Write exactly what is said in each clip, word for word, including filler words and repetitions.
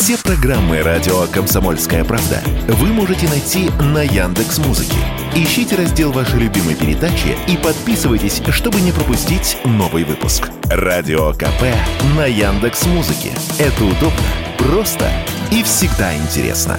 Все программы радио «Комсомольская правда» вы можете найти на Яндекс.Музыке. Ищите раздел вашей любимой передачи и подписывайтесь, чтобы не пропустить новый выпуск. Радио КП на Яндекс.Музыке. Это удобно, просто и всегда интересно.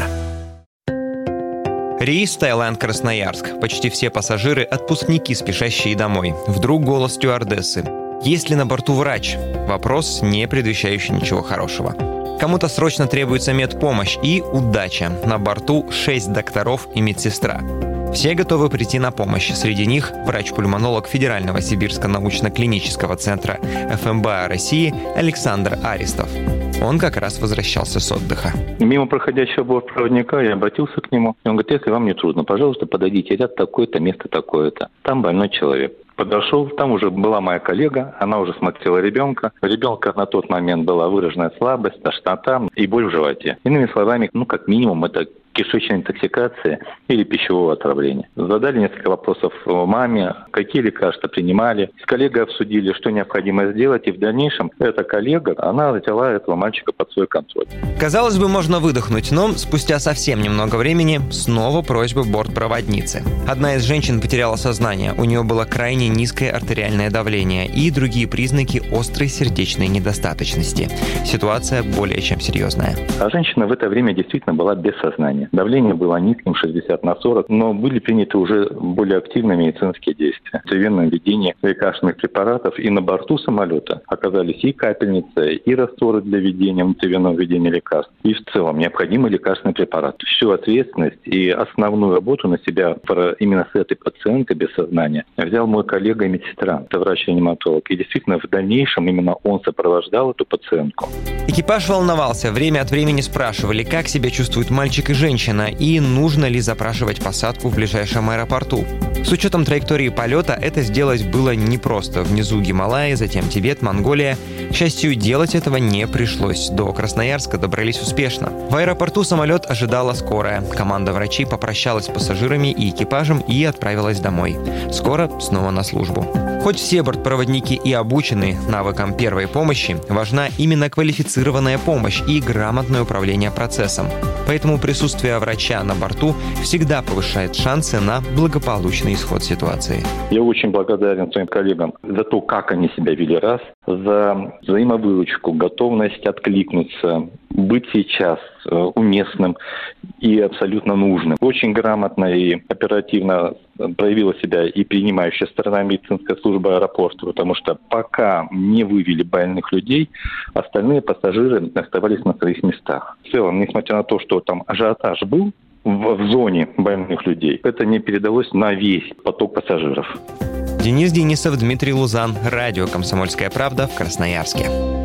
Рейс Таиланд-Красноярск. Почти все пассажиры – отпускники, спешащие домой. Вдруг голос стюардессы. Есть ли на борту врач? Вопрос, не предвещающий ничего хорошего. Кому-то срочно требуется медпомощь и удача. На борту шесть докторов и медсестра. Все готовы прийти на помощь. Среди них врач-пульмонолог Федерального Сибирского научно-клинического центра эф эм бэ а России Александр Аристов. Он как раз возвращался с отдыха. Мимо проходящего бортпроводника я обратился к нему. И он говорит: если вам не трудно, пожалуйста, подойдите, ряд такое-то, место такое-то. Там больной человек. Подошел, там уже была моя коллега, она уже смотрела ребенка. У ребенка на тот момент была выраженная слабость, тошнота и боль в животе. Иными словами, ну как минимум это кишечная интоксикация или пищевого отравления. Задали несколько вопросов маме, какие лекарства принимали. С коллегой обсудили, что необходимо сделать, и в дальнейшем эта коллега, она взяла этого мальчика под свой контроль. Казалось бы, можно выдохнуть, но спустя совсем немного времени снова просьба бортпроводницы. Одна из женщин потеряла сознание, у нее было крайне низкое артериальное давление и другие признаки острой сердечной недостаточности. Ситуация более чем серьезная. А женщина в это время действительно была без сознания. Давление было низким, шестьдесят на сорок, но были приняты уже более активные медицинские действия. Внутривенное введение лекарственных препаратов, и на борту самолета оказались и капельницы, и растворы для введения, внутривенного введения лекарств, и в целом необходимый лекарственный препарат. Всю ответственность и основную работу на себя именно с этой пациенткой без сознания взял мой коллега и медсестра, это врач-реаниматолог. И действительно в дальнейшем именно он сопровождал эту пациентку. Экипаж волновался, время от времени спрашивали, как себя чувствуют мальчик и женщина, и нужно ли запрашивать посадку в ближайшем аэропорту. С учетом траектории полета это сделать было непросто. Внизу Гималаи, затем Тибет, Монголия. К счастью, делать этого не пришлось. До Красноярска добрались успешно. В аэропорту самолет ожидала скорая. Команда врачей попрощалась с пассажирами и экипажем и отправилась домой. Скоро снова на службу. Хоть все бортпроводники и обучены навыкам первой помощи, важна именно квалифицированная помощь и грамотное управление процессом. Поэтому присутствие врача на борту всегда повышает шансы на благополучный исход ситуации. Я очень благодарен своим коллегам за то, как они себя вели, раз, за взаимовыручку, готовность откликнуться, быть сейчас уместным и абсолютно нужным. Очень грамотно и оперативно проявила себя и принимающая сторона медицинской службы аэропорта, потому что пока не вывели больных людей, остальные пассажиры оставались на своих местах. В целом, несмотря на то, что там ажиотаж был в, в зоне больных людей, это не передалось на весь поток пассажиров. Денис Денисов, Дмитрий Лузан. Радио «Комсомольская правда» в Красноярске.